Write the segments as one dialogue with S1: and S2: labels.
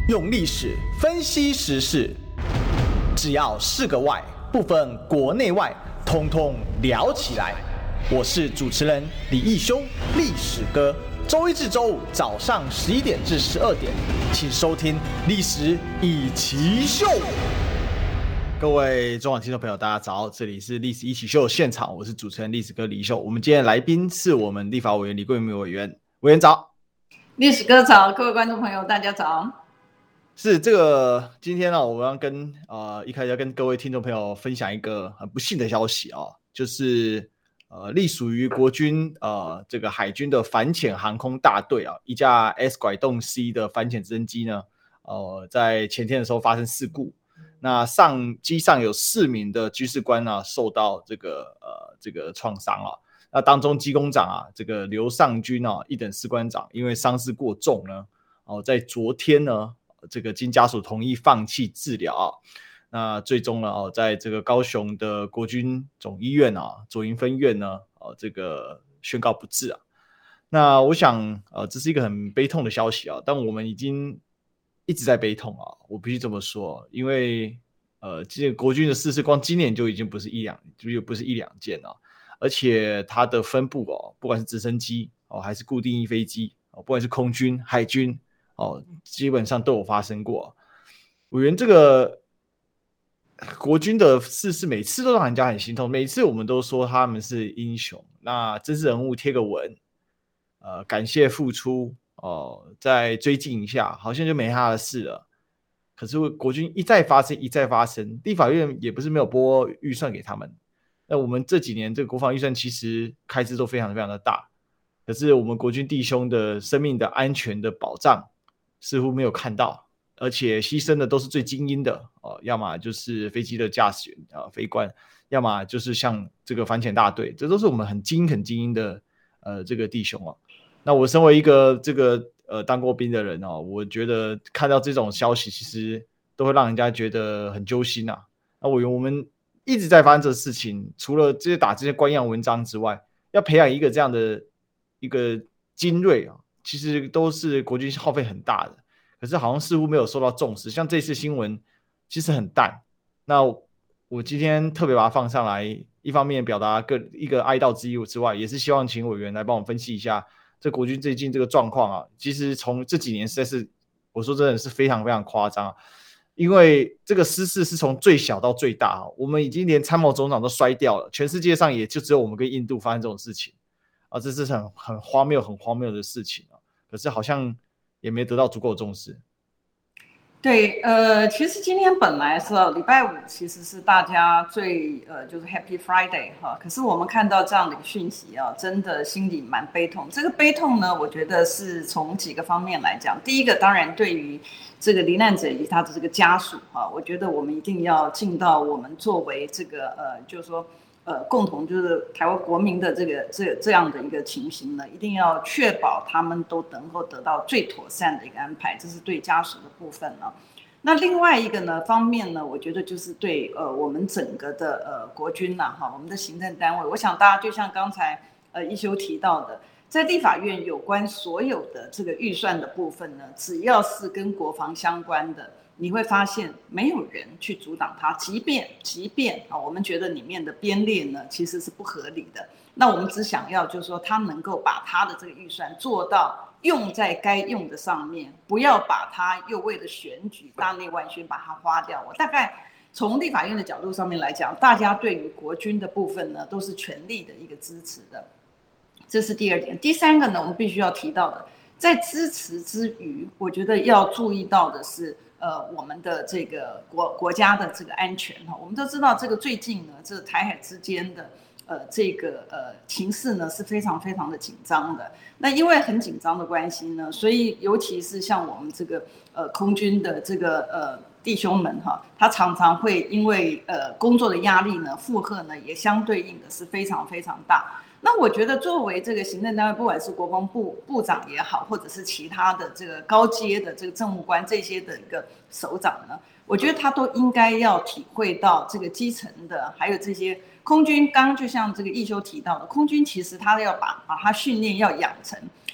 S1: 用历史分析时事，只要是个“外”，不分国内外，通通聊起来。我是主持人李义修，历史哥。周一至周五早上11点至12点，请收听《历史一起秀》。各位中网听众朋友，大家早，这里是《历史一起秀》现场，我是主持人历史哥李义修。我们今天的来宾是我们立法委员李桂明委员，委员早。
S2: 历史哥早，各位观众朋友，大家早。
S1: 是这个，今天呢，我们要跟一开始要跟各位听众朋友分享一个很不幸的消息啊，就是隶属于国军这个海军的反潜航空大队啊，一架 S 拐洞 C 的反潜直升机呢，在前天的时候发生事故，那机上有4名的军事官啊受到这个创伤啊。那当中机工长啊，这个刘尚军啊，一等士官长，因为伤势过重呢，在昨天呢，这个经家属同意放弃治疗啊，那最终呢，在这个高雄的国军总医院啊，左营分院呢，这个宣告不治啊。那我想，这是一个很悲痛的消息啊，但我们已经一直在悲痛啊，我必须这么说，因为这个国军的事是光今年就已经不是一两件了。而且它的分布不管是直升机还是固定翼飞机不管是空军、海军基本上都有发生过。委员，这个国军的事是每次都让人家很心痛，每次我们都说他们是英雄，那真实人物贴个文，感谢付出再追进一下，好像就没他的事了。可是国军一再发生，立法院也不是没有拨预算给他们。那我们这几年这个国防预算其实开支都非常非常的大，可是我们国军弟兄的生命的安全的保障似乎没有看到，而且牺牲的都是最精英的要么就是飞机的驾驶员飞官，要么就是像这个反潜大队，这都是我们很精英的这个弟兄那我身为一个这个当过兵的人我觉得看到这种消息其实都会让人家觉得很揪心啊。那我们一直在发生这事情，除了这些打这些官样文章之外，要培养一个这样的一个精锐其实都是国军耗费很大的，可是好像似乎没有受到重视。像这次新闻其实很淡，那我今天特别把它放上来，一方面表达一个哀悼之意之外，也是希望请委员来帮我分析一下这国军最近这个状况其实从这几年实在是，我说真的是非常非常夸张因为这个失事是从最小到最大我们已经连参谋总长都摔掉了，全世界上也就只有我们跟印度发生这种事情这是很荒谬的事情可是好像也没得到足够的重视。
S2: 对，其实今天本来是礼拜五，其实是大家最就是 Happy Friday 可是我们看到这样的一个讯息真的心里蛮悲痛。这个悲痛呢，我觉得是从几个方面来讲。第一个，当然对于这个罹难者以及他的这个家属我觉得我们一定要尽到我们作为这个就是说共同就是台湾国民的这样的一个情形呢，一定要确保他们都能够得到最妥善的一个安排，这是对家属的部分那另外一个呢方面呢，我觉得就是对我们整个的国军我们的行政单位，我想大家就像刚才一修提到的，在立法院有关所有的这个预算的部分呢，只要是跟国防相关的，你会发现没有人去阻挡它，即便我们觉得里面的编列呢其实是不合理的，那我们只想要就是说他能够把他的这个预算做到用在该用的上面，不要把它又为了选举大内外宣把它花掉。我大概从立法院的角度上面来讲，大家对于国军的部分呢都是全力的一个支持的，这是第二点。第三个呢，我们必须要提到的，在支持之余，我觉得要注意到的是我们的这个国家的这个安全我们都知道这个最近呢，这台海之间的这个情势呢是非常非常的紧张的。那因为很紧张的关系呢，所以尤其是像我们这个空军的这个弟兄们他常常会因为工作的压力呢，负荷呢也相对应的是非常非常大。那我觉得作为这个行政单位，不管是国防部部长也好，或者是其他的这个高阶的这个政务官这些的一个首长呢，我觉得他都应该要体会到这个基层的，还有这些空军。刚刚就像这个义修提到的，空军其实他要把他训练要养成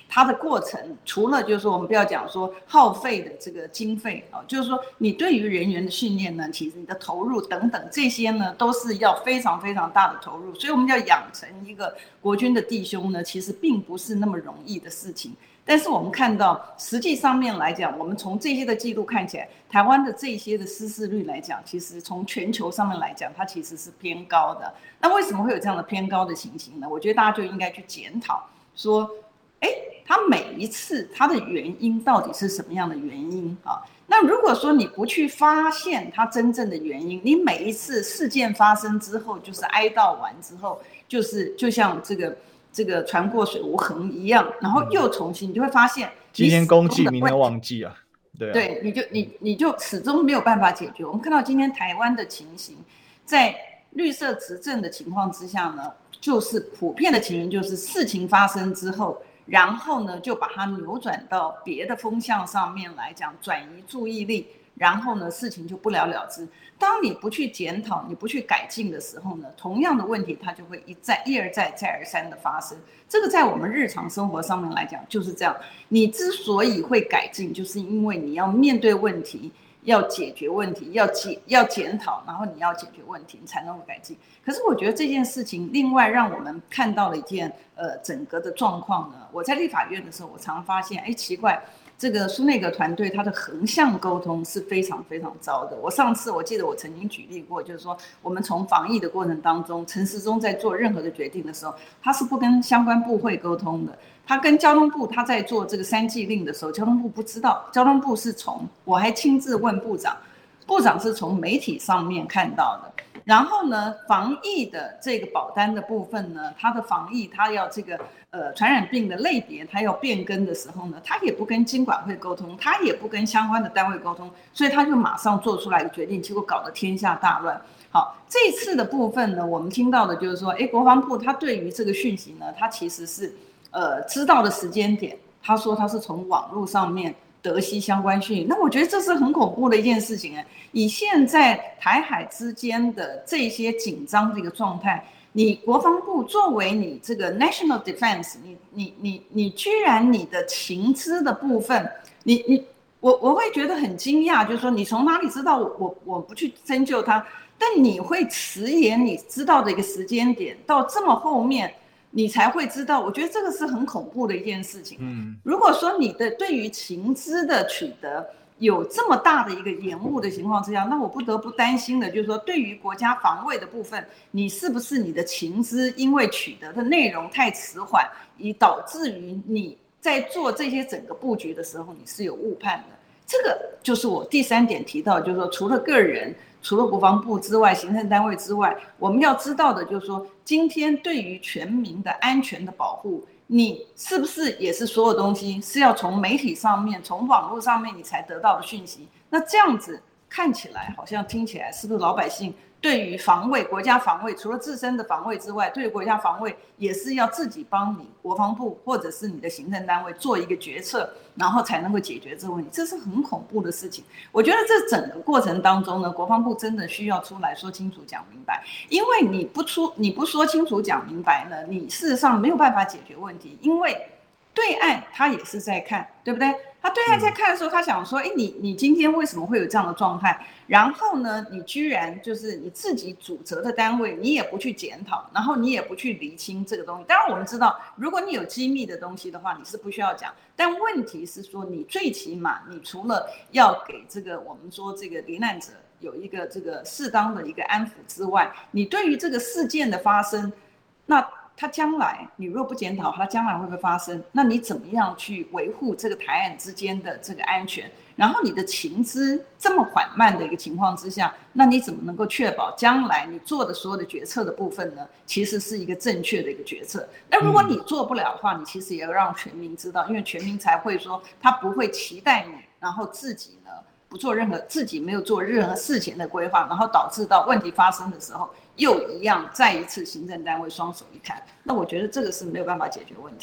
S2: 它的过程，除了就是说我们不要讲说耗费的这个经费啊，就是说你对于人员的训练呢，其实你的投入等等这些呢，都是要非常非常大的投入，所以我们要养成一个国军的弟兄呢，其实并不是那么容易的事情。但是我们看到，实际上面来讲，我们从这些的记录看起来，台湾的这些的失事率来讲，其实从全球上面来讲，它其实是偏高的。那为什么会有这样的偏高的情形呢？我觉得大家就应该去检讨，说，它每一次它的原因到底是什么样的原因啊？那如果说你不去发现它真正的原因，你每一次事件发生之后，就是哀悼完之后，就像这个船过水无痕一样，然后又重新，你就会发现，
S1: 今天公祭，明天忘记啊，对啊，
S2: 对，你就始终没有办法解决。我们看到今天台湾的情形，在绿色执政的情况之下呢，就是普遍的情形就是事情发生之后，然后呢就把它扭转到别的风向上面来讲，转移注意力，然后呢事情就不了了之。当你不去检讨，你不去改进的时候呢，同样的问题它就会一而再再而三的发生。这个在我们日常生活上面来讲就是这样。你之所以会改进，就是因为你要面对问题，要解决问题，要检讨，然后你要解决问题，你才能够改进。可是我觉得这件事情，另外让我们看到了一件整个的状况呢。我在立法院的时候，我常发现，奇怪。这个苏内阁团队他的横向沟通是非常非常糟的。我记得我曾经举例过，就是说我们从防疫的过程当中，陈时中在做任何的决定的时候，他是不跟相关部会沟通的。他跟交通部他在做这个3季令的时候，交通部不知道，交通部是我还亲自问部长，部长是从媒体上面看到的。然后呢，防疫的这个保单的部分呢，它的防疫它要这个传染病的类别它要变更的时候呢，它也不跟金管会沟通，它也不跟相关的单位沟通，所以他就马上做出来的决定，结果搞得天下大乱。好，这次的部分呢，我们听到的就是说，国防部他对于这个讯息呢，他其实是知道的时间点，他说他是从网络上面得悉相关讯息。那我觉得这是很恐怖的一件事情。以现在台海之间的这些紧张的一个状态，你国防部作为你这个 national defense， 你居然你的情资的部分，我会觉得很惊讶，就是说你从哪里知道我不去深究它，但你会迟延你知道的一个时间点到这么后面你才会知道，我觉得这个是很恐怖的一件事情。如果说你的对于情资的取得有这么大的一个延误的情况之下，那我不得不担心的就是说，对于国家防卫的部分，你是不是你的情资因为取得的内容太迟缓，以导致于你在做这些整个布局的时候，你是有误判的。这个就是我第3点提到，就是说除了个人，除了国防部之外，行政单位之外，我们要知道的就是说，今天对于全民的安全的保护，你是不是也是所有东西是要从媒体上面、从网络上面你才得到的讯息？那这样子看起来好像听起来，是不是老百姓对于防卫、国家防卫，除了自身的防卫之外，对于国家防卫也是要自己帮你国防部或者是你的行政单位做一个决策，然后才能够解决这个问题。这是很恐怖的事情。我觉得这整个过程当中呢，国防部真的需要出来说清楚、讲明白，因为你不说清楚、讲明白呢，你事实上没有办法解决问题，因为对岸他也是在看，对不对？他对岸在看的时候，他想说，你今天为什么会有这样的状态？然后呢，你居然就是你自己主责的单位，你也不去检讨，然后你也不去厘清这个东西。当然，我们知道，如果你有机密的东西的话，你是不需要讲。但问题是说，你最起码，你除了要给这个我们说这个罹难者有一个这个适当的一个安抚之外，你对于这个事件的发生，那它将来你若不检讨它将来会不会发生，那你怎么样去维护这个台岸之间的这个安全？然后你的情资这么缓慢的一个情况之下，那你怎么能够确保将来你做的所有的决策的部分呢，其实是一个正确的一个决策？那如果你做不了的话，你其实也要让全民知道，因为全民才会说他不会期待你，然后自己呢不做任何，自己没有做任何事前的规划，然后导致到问题发生的时候又一样再一次行政单位双手一摊。那我觉得这个是没有办法解决问题的。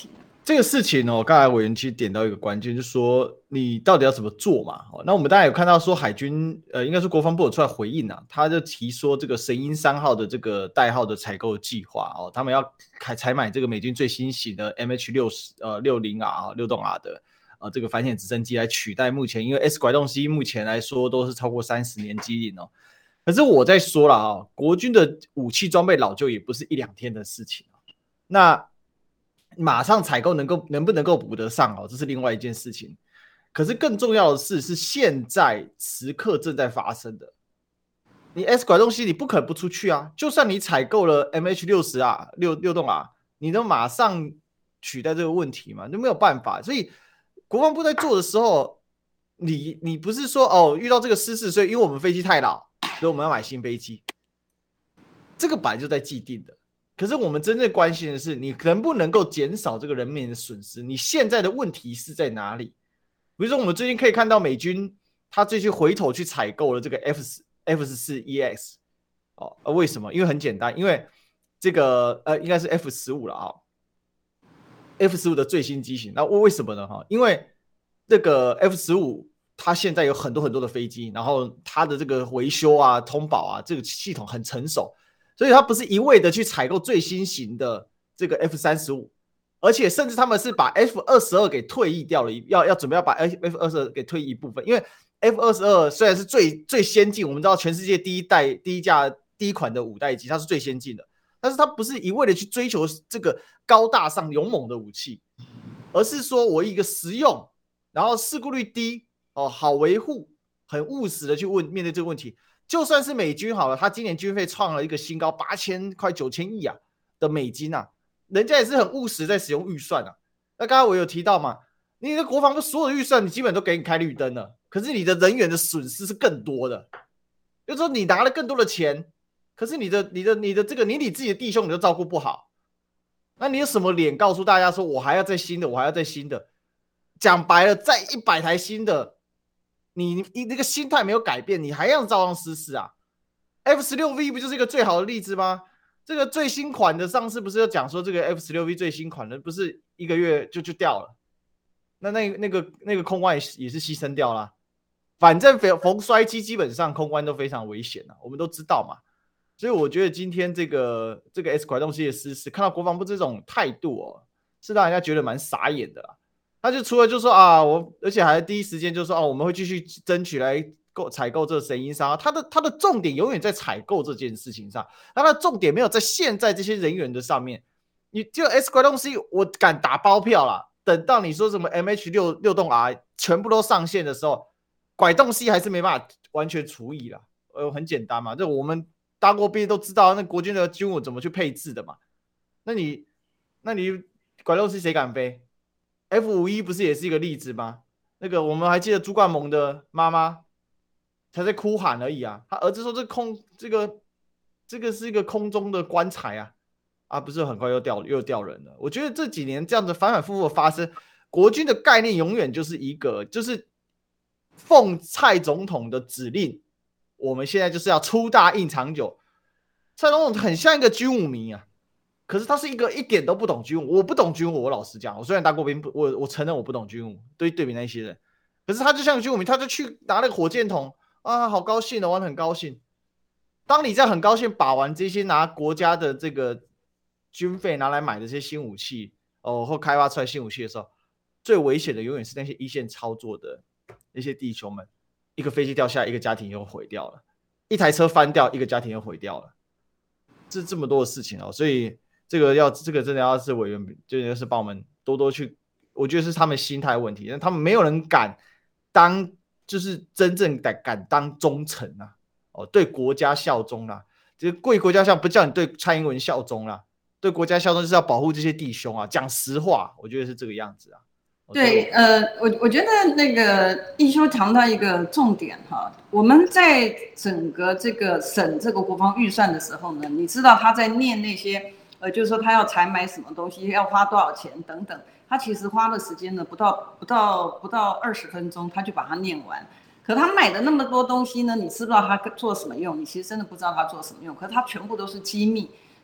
S1: 这个事情哦，刚才委员其实点到一个关键，就是说你到底要怎么做嘛？那我们当然有看到说海军，应该是国防部有出来回应啊，他就提说这个神鹰3号的这个代号的采购计划哦，他们要采买这个美军最新型的 MH60R 六栋 R 的这个反潜直升机来取代目前，因为 S 拐洞 C 目前来说都是超过30年机龄哦。可是我在说了啊，国军的武器装备老旧也不是1-2天的事情，那马上采购能不能够补得上哦，这是另外一件事情。可是更重要的是现在此刻正在发生的。你 S 拐洞 C 你不可能不出去啊，就算你采购了 MH60 啊六栋啊，你都马上取代这个问题嘛，就没有办法。所以国防部在做的时候，你不是说哦遇到这个失事，所以因为我们飞机太老，所以我们要买新飞机，这个本来就在既定的。可是我们真正关心的是，你能不能够减少这个人民的损失？你现在的问题是在哪里？比如说，我们最近可以看到美军他最近回头去采购了这个 F14EX 哦，为什么？因为很简单，因为这个应该是 F15了啊、F15的最新机型。那为什么呢？因为这个 F15它现在有很多很多的飞机，然后它的这个维修啊、通保啊，这个系统很成熟。所以他不是一味的去采购最新型的这个 F35，而且甚至他们是把 F22给退役掉了，要准备要把 F22给退役一部分，因为 F22虽然是最先进，我们知道全世界第一款的5代机，它是最先进的，但是它不是一味的去追求这个高大上勇猛的武器，而是说我一个实用，然后事故率低哦，好维护，很务实的去面对这个问题。就算是美军好了，他今年军费创了一个新高，8000快9000亿啊的美金啊，人家也是很务实在使用预算啊。那刚才我有提到嘛，你的国防部所有的预算你基本都给你开绿灯了，可是你的人员的损失是更多的，就是说你拿了更多的钱，可是你的这个你自己的弟兄你都照顾不好，那你有什么脸告诉大家说我还要再新的，我还要再新的？讲白了，再100台新的。你那个心态没有改变，你还要照样失事啊 ？F16V 不就是一个最好的例子吗？这个最新款的上次不是有讲说这个 F16V 最新款的不是1个月就掉了，那个空关也是牺牲掉了。反正逢衰机基本上空关都非常危险啊，我们都知道嘛。所以我觉得今天这个 S 拐洞 C 的失事，看到国防部这种态度哦，是让人家觉得蛮傻眼的啦。他就除了就说啊，而且还第一时间就说哦，我们会继续争取来采购这个神鹰3号。他的重点永远在采购这件事情上，他的重点没有在现在这些人员的上面。你就 S 拐洞 C， 我敢打包票啦。等到你说什么 MH6栋 R 全部都上线的时候，拐洞 C 还是没办法完全除以啦。很简单嘛，这我们当过兵都知道，那国军的军武怎么去配置的嘛。那你拐洞 C 谁敢飞？F51不是也是一个例子吗？那个我们还记得朱冠蒙的妈妈才在哭喊而已啊，他儿子说这个是一个空中的棺材啊，不是很快又掉人了。我觉得这几年这样子反反复复的发生，国军的概念永远就是一个，就是奉蔡总统的指令，我们现在就是要出大印长久。蔡总统很像一个军武迷啊。可是他是一个一点都不懂军武，我不懂军武，我老实讲，我虽然当过兵，我承认我不懂军武，对比那些人，可是他就像军武迷，他就去拿那个火箭筒啊，好高兴的，玩得很高兴。当你在很高兴把玩这些拿国家的这个军费拿来买的这些新武器或开发出来新武器的时候，最危险的永远是那些一线操作的那些弟兄们，一个飞机掉下来，一个家庭又毁掉了；一台车翻掉，一个家庭又毁掉了。这么多的事情所以。这个真的要是委员，就是帮我们多多去，我觉得是他们心态问题，他们没有人敢当，就是真正敢当忠臣对国家效忠这个贵国家效不叫你对蔡英文效忠对国家效忠就是要保护这些弟兄讲实话，我觉得是这个样子
S2: 对，我觉得那个义修谈到一个重点我们在整个这个审这个国防预算的时候呢，你知道他在念那些。就是说他要采买什么东西，要花多少钱等等，他其实花的时间呢不到20分钟，他就把它念完。可他买的那么多东西呢，你知不知道他做什么用？你其实真的不知道他做什么用。可是他全部都是机密，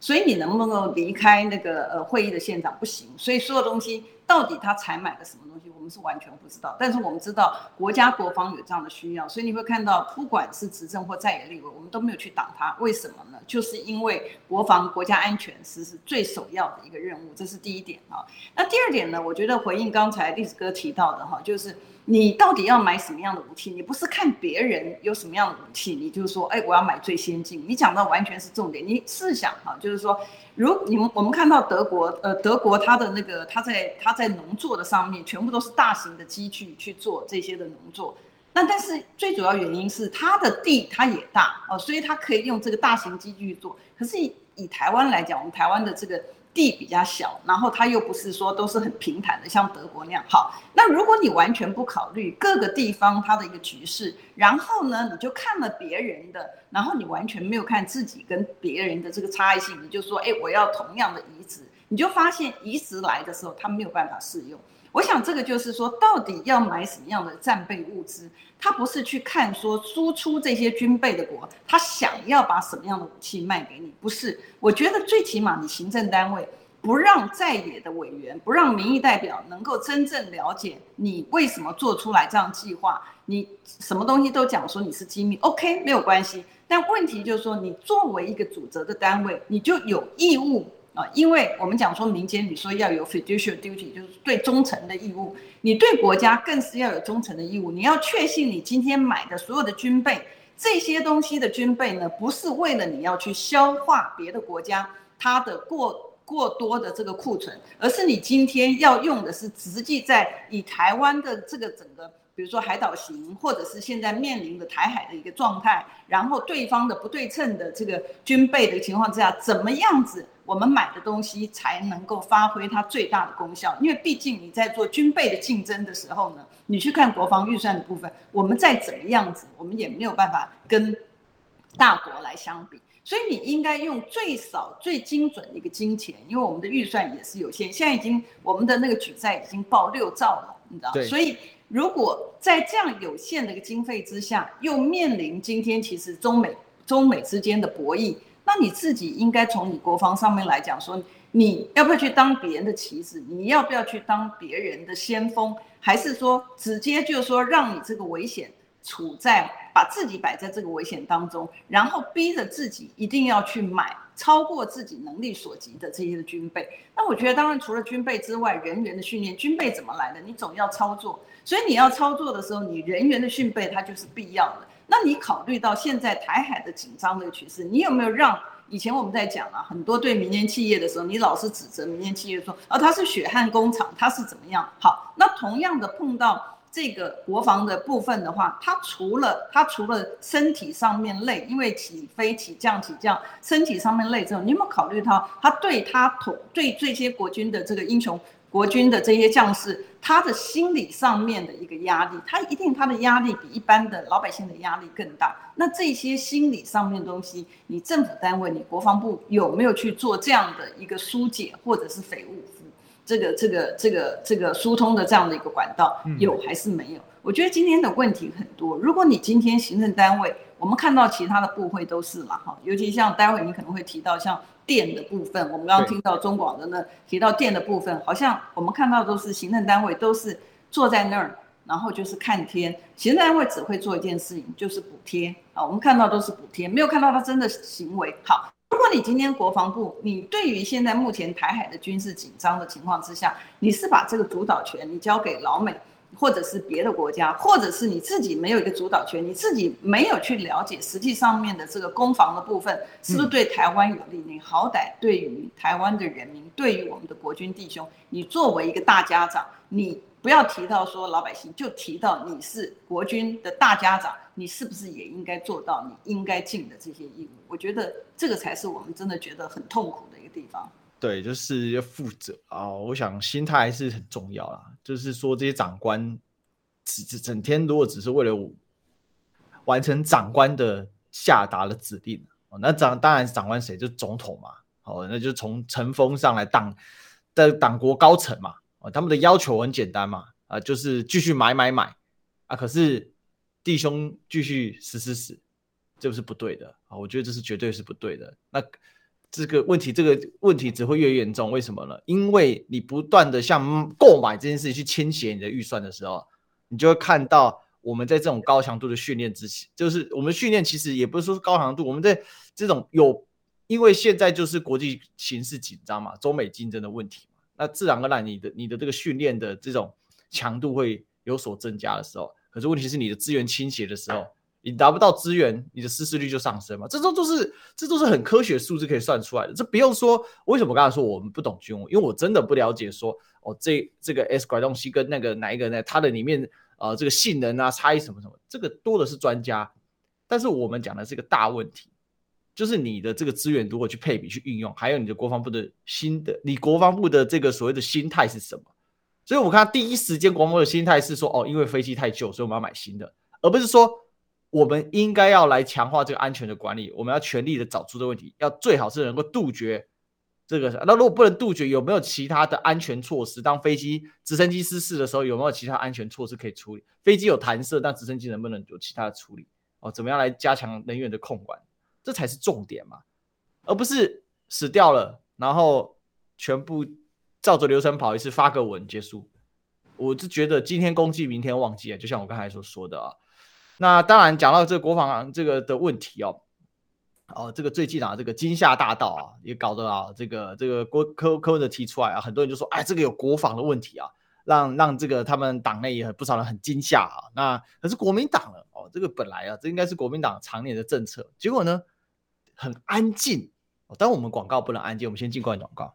S2: 所以你能不能够离开那个会议的现场不行，所以所有东西到底他采买的什么东西，我们是完全不知道。但是我们知道国家国防有这样的需要，所以你会看到，不管是执政或在野立委，我们都没有去挡他。为什么呢？就是因为国防、国家安全是最首要的一个任务，这是第一点啊。那第二点呢？我觉得回应刚才栗子哥提到的哈，就是你到底要买什么样的武器？你不是看别人有什么样的武器，你就说，我要买最先进。你讲到完全是重点。你试想哈，就是说，我们看到德国它的那个它在农作的上面，全部都是大型的机具去做这些的农作。那但是最主要原因是它的地它也大所以它可以用这个大型机具去做。可是以台湾来讲，我们台湾的这个地比较小，然后它又不是说都是很平坦的，像德国那样。好，那如果你完全不考虑各个地方它的一个局势，然后呢，你就看了别人的，然后你完全没有看自己跟别人的这个差异性，你就说，我要同样的移植，你就发现移植来的时候，它没有办法适用。我想这个就是说，到底要买什么样的战备物资，他不是去看说输出这些军备的国，他想要把什么样的武器卖给你，不是。我觉得最起码你行政单位不让在野的委员，不让民意代表能够真正了解你为什么做出来这样计划，你什么东西都讲说你是机密 ，OK 没有关系。但问题就是说，你作为一个主责的单位，你就有义务。因为我们讲说民间，你说要有 fiduciary duty， 就是对忠诚的义务，你对国家更是要有忠诚的义务。你要确信你今天买的所有的军备，这些东西的军备呢，不是为了你要去消化别的国家它的过多的这个库存，而是你今天要用的是实际在以台湾的这个整个，比如说海岛型，或者是现在面临的台海的一个状态，然后对方的不对称的这个军备的情况之下，怎么样子我们买的东西才能够发挥它最大的功效？因为毕竟你在做军备的竞争的时候呢，你去看国防预算的部分，我们再怎么样子，我们也没有办法跟大国来相比。所以你应该用最少最精准的一个金钱，因为我们的预算也是有限，现在我们的那个举债已经报6兆了，你知道？所以如果在这样有限的一个经费之下，又面临今天其实中美之间的博弈，那你自己应该从你国防上面来讲说，你要不要去当别人的棋子？你要不要去当别人的先锋？还是说直接就是说让你这个危险把自己摆在这个危险当中，然后逼着自己一定要去买超过自己能力所及的这些军备？那我觉得当然除了军备之外，人员的训练，军备怎么来的？你总要操作，所以你要操作的时候，你人员的训备它就是必要的。那你考虑到现在台海的紧张的趋势，你有没有让以前我们在讲很多对民间企业的时候，你老是指责民间企业说它是血汗工厂，它是怎么样？好，那同样的碰到这个国防的部分的话，它除了身体上面累，因为起飞起降身体上面累之后，你有没有考虑到它对这些国军的这个英雄国军的这些将士，他的心理上面的一个压力，他的压力比一般的老百姓的压力更大。那这些心理上面的东西，你政府单位，你国防部有没有去做这样的一个疏解，或者是匪务这个疏通的这样的一个管道，有还是没有？我觉得今天的问题很多。如果你今天行政单位，我们看到其他的部会都是嘛，尤其像待会你可能会提到像电的部分，我们刚刚听到中广的呢提到电的部分，好像我们看到都是行政单位都是坐在那儿，然后就是看天。行政单位只会做一件事情，就是补贴我们看到都是补贴，没有看到他真的行为。好，如果你今天国防部，你对于现在目前台海的军事紧张的情况之下，你是把这个主导权你交给老美，或者是别的国家，或者是你自己没有一个主导权，你自己没有去了解实际上面的这个攻防的部分是不是对台湾有利？你好歹对于台湾的人民，对于我们的国军弟兄，你作为一个大家长，你不要提到说老百姓，就提到你是国军的大家长，你是不是也应该做到你应该尽的这些义务？我觉得这个才是我们真的觉得很痛苦的一个地方。
S1: 对，就是要负责我想心态还是很重要啦。就是说这些长官整天如果只是为了完成长官的下达的指令那当然长官谁？就是总统嘛。那就从层峰上来党国高层嘛。他们的要求很简单嘛。就是继续买可是弟兄继续死，这是不对的我觉得这是绝对是不对的。那这个问题只会越严重。为什么呢？因为你不断的像购买这件事情去倾斜你的预算的时候，你就会看到我们在这种高强度的训练之前，就是我们训练其实也不是说高强度，我们在这种因为现在就是国际形势紧张嘛，中美竞争的问题嘛，那自然而然你的这个训练的这种强度会有所增加的时候，可是问题是你的资源倾斜的时候，你达不到资源，你的失事率就上升嘛，这都是很科学数字可以算出来的。这不用说，为什么我刚才说我们不懂军务？因为我真的不了解说这个 S 拐动器跟那个哪一个呢？它的里面这个性能啊差异什么什么，这个多的是专家。但是我们讲的是一个大问题，就是你的这个资源如何去配比去运用，还有你的国防部的这个所谓的心态是什么？所以我们看第一时间国防部的心态是说，因为飞机太旧，所以我们要买新的，而不是说我们应该要来强化这个安全的管理，我们要全力的找出这个问题，要最好是能够杜绝这个。那如果不能杜绝，有没有其他的安全措施？当直升机失事的时候，有没有其他安全措施可以处理？飞机有弹射，但直升机能不能有其他的处理？怎么样来加强人员的控管？这才是重点嘛，而不是死掉了，然后全部照着流程跑一次，发个文结束。我就觉得今天公祭，明天忘记，就像我刚才所说的啊。那当然讲到这个国防这个的问题这个最近这个金厦大道也搞得这个柯文哲提出来很多人就说，这个有国防的问题让这个他们党内也不少人很惊吓那可是国民党了这个本来这应该是国民党常年的政策，结果呢很安静但我们广告不能安静，我们先进广告。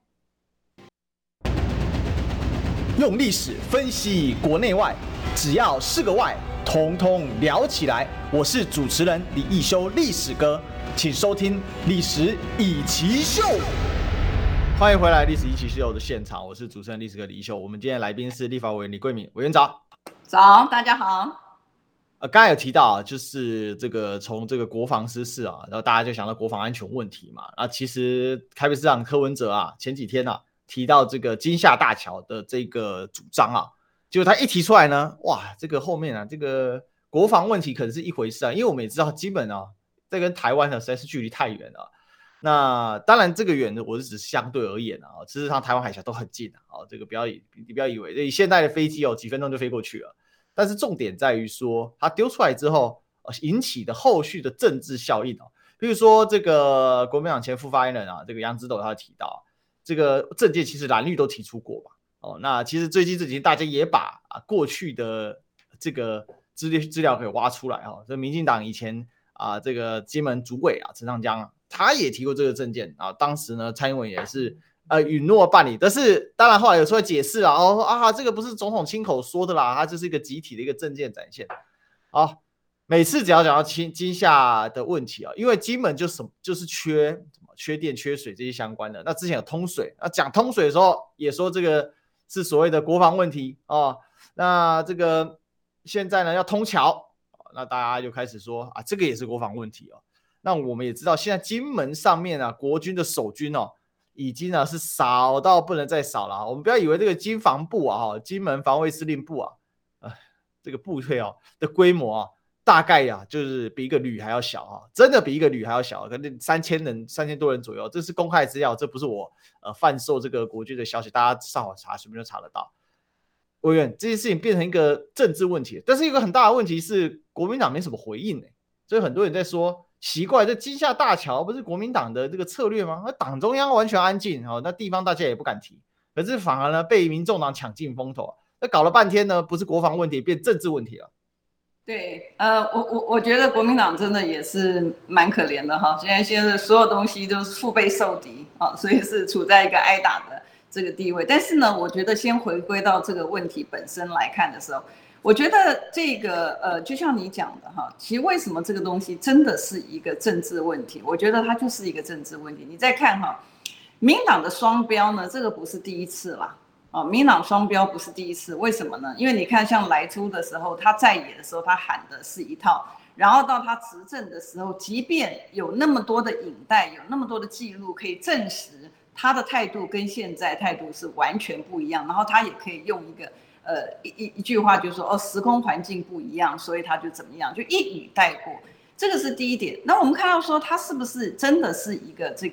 S1: 用历史分析国内外，只要是个外，统统聊起来。我是主持人李义修，历史哥，请收听《历史一起秀》。欢迎回来《历史一起秀》的现场，我是主持人历史哥李义修。我们今天的来宾是立法委员李桂敏委员长。
S2: 早，大家好。
S1: 刚才有提到就是这个从这个国防失事然后大家就想到国防安全问题嘛。其实台北市长柯文哲前几天提到这个金厦大桥的这个主张结果他一提出来呢，哇，这个后面这个国防问题可能是一回事因为我们也知道基本这跟台湾实在是距离太远了。那当然这个远的我是只是相对而言事实上台湾海峡都很近这个你不要以为现在的飞机几分钟就飞过去了，但是重点在于说它丢出来之后引起的后续的政治效应比如说这个国民党前副发言人这个杨之斗他提到这个政界其实蓝绿都提出过嘛那其实最近这几天大家也把过去的这个资料可以挖出来这民进党以前这个金门主委陈长江他也提过这个政见当时呢蔡英文也是允诺办理，但是当然后来有出来解释这个不是总统亲口说的啦，它就是一个集体的一个政见展现每次只要讲到金厦的问题因为金门就是缺电缺水这些相关的，那之前有通水讲通水的时候也说这个是所谓的国防问题那这个现在呢要通桥那大家就开始说这个也是国防问题那我们也知道现在金门上面国军的守军已经是少到不能再少了我们不要以为这个金防部金门防卫司令部这个部队的规模大概就是比一个旅还要小真的比一个旅还要小，可能3000多人左右，这是公开资料，这不是我贩售这个国军的消息，大家上网查随便就查得到。委员，这件事情变成一个政治问题，但是一个很大的问题是国民党没什么回应所以很多人在说奇怪，这金厦大桥不是国民党的这个策略吗？党中央完全安静那地方大家也不敢提，可是反而呢被民众党抢尽风头那搞了半天呢不是国防问题变政治问题了。
S2: 对，我觉得国民党真的也是蛮可怜的现在所有东西都是腹背受敌所以是处在一个挨打的这个地位。但是呢，我觉得先回归到这个问题本身来看的时候，我觉得这个就像你讲的其实为什么这个东西真的是一个政治问题？我觉得它就是一个政治问题。你再看民党的双标呢，这个不是第一次啦。民党双标不是第一次，为什么呢？因为你看，像莱猪的时候，他在野的时候，他喊的是一套，然后到他执政的时候，即便有那么多的影带，有那么多的记录可以证实他的态度跟现在态度是完全不一样，然后他也可以用一个一句话，就是说时空环境不一样，所以他就怎么样，就一语带过。这个是第一点。那我们看到说，他是不是真的是一个这个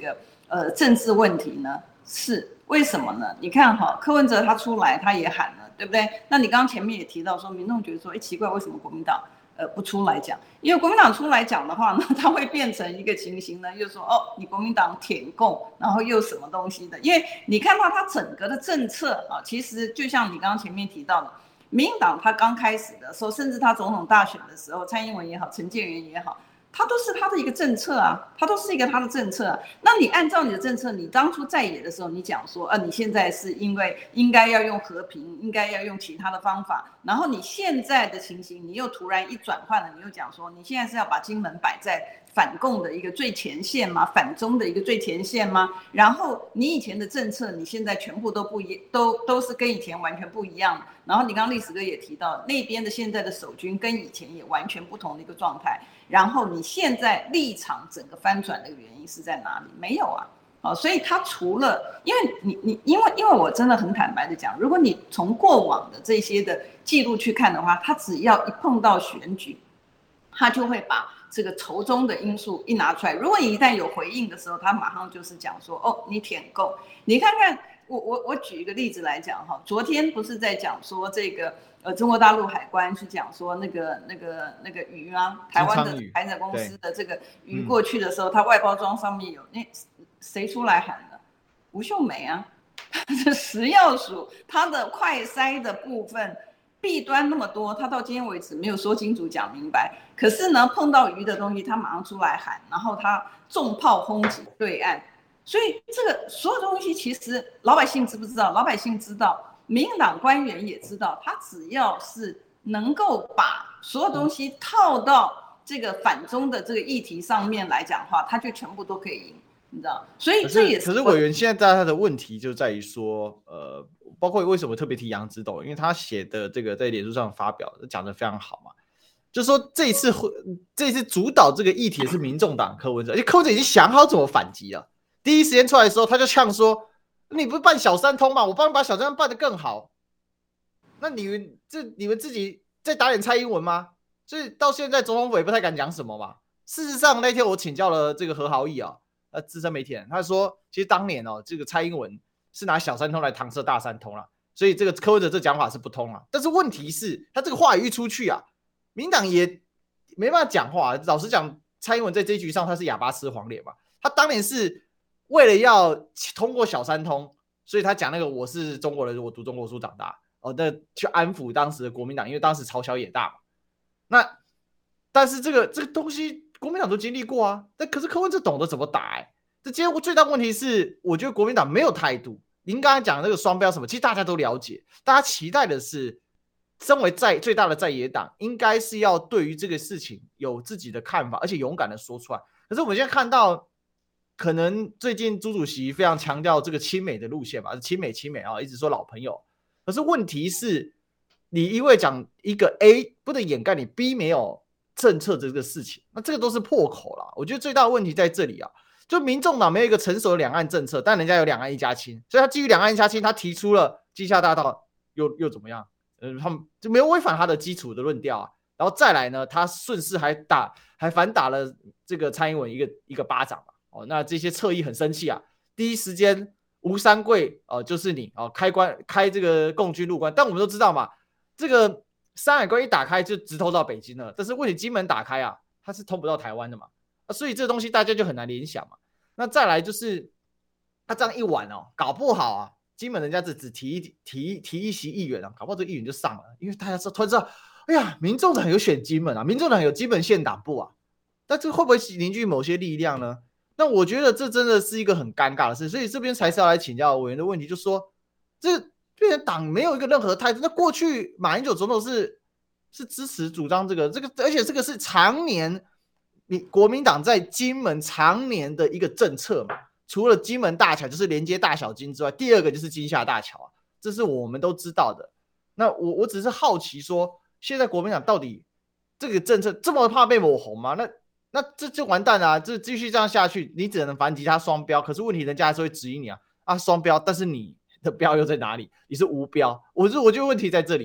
S2: 政治问题呢？是为什么呢？你看哈，柯文哲他出来他也喊了，对不对？那你刚刚前面也提到说，民众觉得说，奇怪，为什么国民党不出来讲？因为国民党出来讲的话呢，它会变成一个情形呢，又说你国民党舔共，然后又什么东西的？因为你看到它整个的政策啊，其实就像你刚刚前面提到的，民进党他刚开始的时候，甚至他总统大选的时候，蔡英文也好，陈建仁也好。它都是他的一个政策啊，它都是一个他的政策啊。那你按照你的政策，你当初在野的时候，你讲说，你现在是因为应该要用和平，应该要用其他的方法，然后你现在的情形，你又突然一转换了，你又讲说，你现在是要把金门摆在反共的一个最前线吗？反中的一个最前线吗？然后你以前的政策，你现在全部都不一，都是跟以前完全不一样。然后你刚刚历史哥也提到，那边的现在的守军跟以前也完全不同的一个状态。然后你现在立场整个翻转的原因是在哪里？没有啊，所以他除了，因为因为我真的很坦白的讲，如果你从过往的这些的记录去看的话，他只要一碰到选举，他就会把这个仇中的因素一拿出来。如果你一旦有回应的时候，他马上就是讲说，你舔共。你看看我举一个例子来讲哈，昨天不是在讲说这个。中国大陆海关是讲说那个鱼啊，台湾的海产公司的这个鱼过去的时候，它外包装上面有谁出来喊的？吴秀梅啊，这食药署它的快筛的部分弊端那么多，它到今天为止没有说清楚讲明白。可是呢，碰到鱼的东西，它马上出来喊，然后它重炮轰击对岸，所以这个所有东西其实老百姓知不知道？老百姓知道。民进党官员也知道，他只要是能够把所有东西套到这个反中的这个议题上面来讲的话，他就全部都可以赢，你知道？所以这也是。
S1: 可是委员现在他的问题就在于说，包括为什么特别提杨之斗，因为他写的这个在脸书上发表讲得非常好嘛，就是说这一次主导这个议题的是民众党柯文哲，而且柯文哲已经想好怎么反击了。第一时间出来的时候，他就呛说。你不是办小三通吗？我帮你把小三通办得更好。那你们自己在打脸蔡英文吗？所以到现在总统府也不太敢讲什么嘛。事实上那天我请教了这个何豪毅啊，资深媒体人，他说其实当年这个蔡英文是拿小三通来搪塞大三通啦，所以这个柯文哲这讲法是不通啦。但是问题是他这个话语一出去啊，民党也没办法讲话。老实讲，蔡英文在这一局上他是哑巴吃黄连嘛，他当年是。为了要通过小三通，所以他讲那个我是中国人，我读中国书长大，那去安抚当时的国民党，因为当时朝小野大嘛。那但是这个东西国民党都经历过啊，但可是柯文哲懂得怎么打这今天最大问题是，我觉得国民党没有态度。您刚才讲的那个双标什么，其实大家都了解，大家期待的是，身为最大的在野党，应该是要对于这个事情有自己的看法，而且勇敢的说出来。可是我们现在看到。可能最近朱主席非常强调这个亲美的路线吧，亲美一直说老朋友。可是问题是，你因为讲一个 A 不能掩盖你 B 没有政策这个事情，那这个都是破口啦。我觉得最大的问题在这里啊，就民众党没有一个成熟的两岸政策，但人家有两岸一家亲，所以他基于两岸一家亲，他提出了基下大道又怎么样？他们就没有违反他的基础的论调啊。然后再来呢，他顺势还反打了这个蔡英文一个巴掌吧。那这些侧翼很生气啊！第一时间吴三桂就是你开这个共军入关，但我们都知道嘛，这个山海关一打开就直通到北京了，但是问题金门打开啊，它是通不到台湾的嘛，所以这东西大家就很难联想嘛。那再来就是他这样一晚搞不好啊，金门人家只提一席议员搞不好这个议员就上了，因为大家突然知道，哎呀，民众党有选金门啊，民众党有金门县党部啊，但这会不会凝聚某些力量呢？那我觉得这真的是一个很尴尬的事，所以这边才是要来请教委员的问题，就是说，这变成党没有一个任何态度。那过去马英九总统是支持主张这个，而且这个是常年国民党在金门常年的一个政策嘛。除了金门大桥就是连接大小金之外，第二个就是金厦大桥啊，这是我们都知道的。那我只是好奇说，现在国民党到底这个政策这么怕被抹红吗？那这就完蛋了啊！这继续这样下去，你只能反击他双标。可是问题人家还是会质疑你双标，但是你的标又在哪里？你是无标，我觉得问题在这里啊。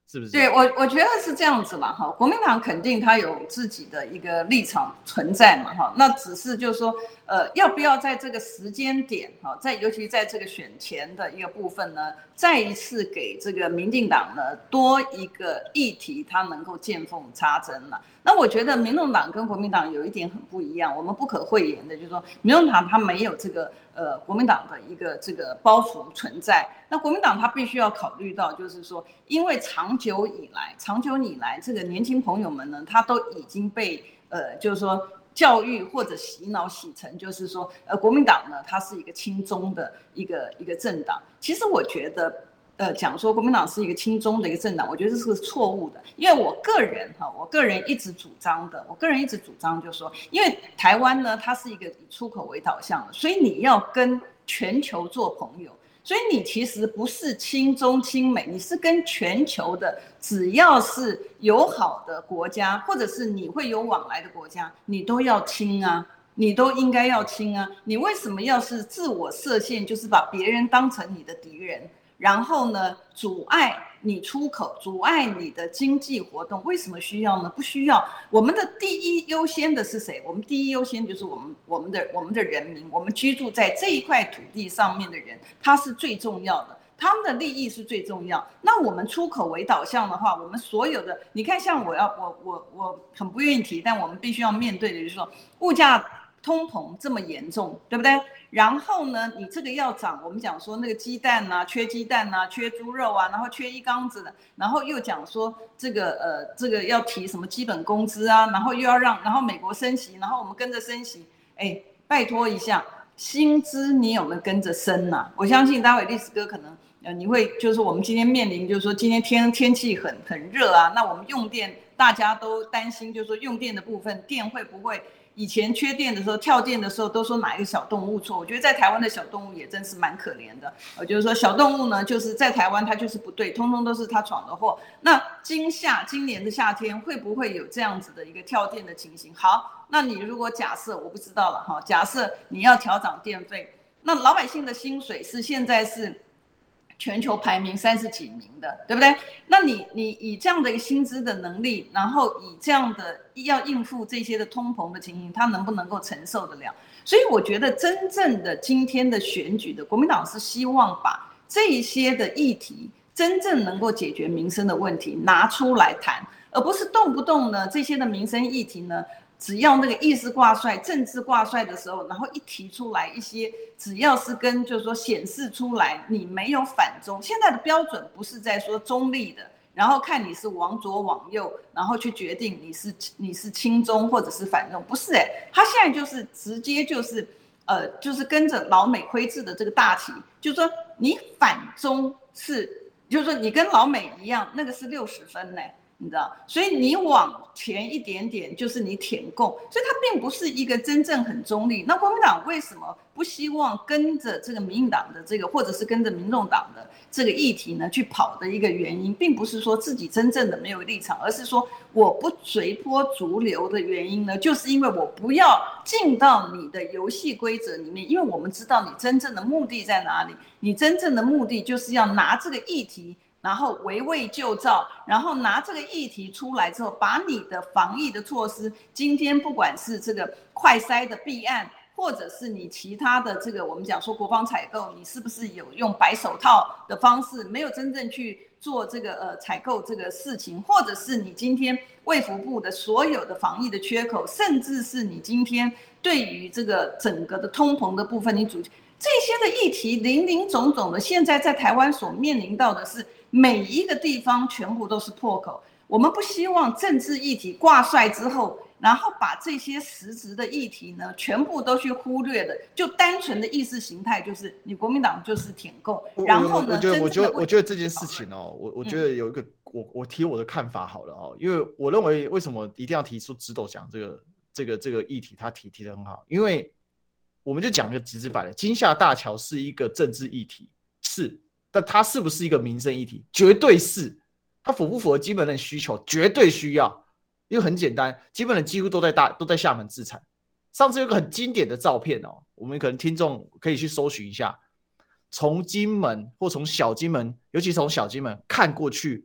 S1: 是不是？
S2: 对，我觉得是这样子嘛，哈，国民党肯定他有自己的一个立场存在嘛，哈，那只是就是说，要不要在这个时间点，哈，尤其在这个选前的一个部分呢，再一次给这个民进党呢多一个议题，它能够见缝插针了。那我觉得民众党跟国民党有一点很不一样，我们不可讳言的就是说，民众党它没有这个国民党的一个这个包袱存在。那国民党它必须要考虑到，就是说，因为长久以来，这个年轻朋友们呢，他都已经被就是说教育或者洗脑洗成，就是说国民党呢，它是一个亲中的一个政党。其实我觉得。讲说国民党是一个亲中的一个政党，我觉得这是错误的，因为我个人一直主张就是说，因为台湾呢，它是一个以出口为导向的，所以你要跟全球做朋友，所以你其实不是亲中亲美，你是跟全球的只要是友好的国家，或者是你会有往来的国家，你都要亲啊。你都应该要亲啊！你为什么要是自我设限，就是把别人当成你的敌人？然后呢，阻碍你出口，阻碍你的经济活动，为什么需要呢？不需要。我们的第一优先的是谁？我们第一优先就是我们的人民，我们居住在这一块土地上面的人，他是最重要的，他们的利益是最重要。那我们出口为导向的话，我们所有的，你看，像我很不愿意提，但我们必须要面对的就是说，物价通膨这么严重，对不对？然后呢，你这个要涨，我们讲说那个鸡蛋啊，缺鸡蛋啊，缺猪肉啊，然后缺一缸子的，然后又讲说这个要提什么基本工资啊，然后又要然后美国升息，然后我们跟着升息，哎，拜托一下，薪资你有没有跟着升啊？我相信待会历史哥可能你会就是说我们今天面临就是说今天天气很热啊，那我们用电大家都担心就是说用电的部分电会不会。以前缺电的时候，跳电的时候，都说哪一个小动物错？我觉得在台湾的小动物也真是蛮可怜的。我就是说，小动物呢，就是在台湾它就是不对，通通都是它闯的祸。那今年的夏天会不会有这样子的一个跳电的情形？好，那你如果假设我不知道了哈，假设你要调涨电费，那老百姓的薪水是现在是。全球排名30几名的，对不对？那你以这样的一个薪资的能力，然后以这样的要应付这些的通膨的情形，他能不能够承受得了？所以我觉得真正的今天的选举的国民党是希望把这一些的议题真正能够解决民生的问题拿出来谈，而不是动不动呢这些的民生议题呢。只要那个意识挂帅、政治挂帅的时候，然后一提出来一些，只要是跟就是说显示出来你没有反中，现在的标准不是在说中立的，然后看你是往左往右，然后去决定你是亲中或者是反中，不是他现在就是直接就是跟着老美挥斥的这个大旗，就是说你反中是，就是说你跟老美一样，那个是60分呢。你知道，所以你往前一点点就是你舔共，所以它并不是一个真正很中立。那国民党为什么不希望跟着这个民进党的这个，或者是跟着民众党的这个议题呢去跑的一个原因，并不是说自己真正的没有立场，而是说我不随波逐流的原因呢，就是因为我不要进到你的游戏规则里面，因为我们知道你真正的目的在哪里，你真正的目的就是要拿这个议题。然后围魏救赵，然后拿这个议题出来之后，把你的防疫的措施，今天不管是这个快筛的弊案，或者是你其他的这个我们讲说国防采购，你是不是有用白手套的方式，没有真正去做这个采购这个事情，或者是你今天卫福部的所有的防疫的缺口，甚至是你今天对于这个整个的通膨的部分，你这些的议题林林总总的，现在在台湾所面临到的是。每一个地方全部都是破口，我们不希望政治议题挂帅之后，然后把这些实质的议题呢，全部都去忽略的，就单纯的意识形态就是你国民党就是舔共，然后呢，
S1: 我觉得这件事情哦，我觉得有一个我提我的看法好了哦，因为我认为为什么一定要提出直斗奖这个议题，他提得很好，因为我们就讲个直白的，金厦大桥是一个政治议题，是。但它是不是一个民生议题？绝对是。它符不符合基本的需求？绝对需要。因为很简单，基本人几乎都在厦门自产。上次有个很经典的照片哦，我们可能听众可以去搜寻一下，从金门或从小金门，尤其从小金门看过去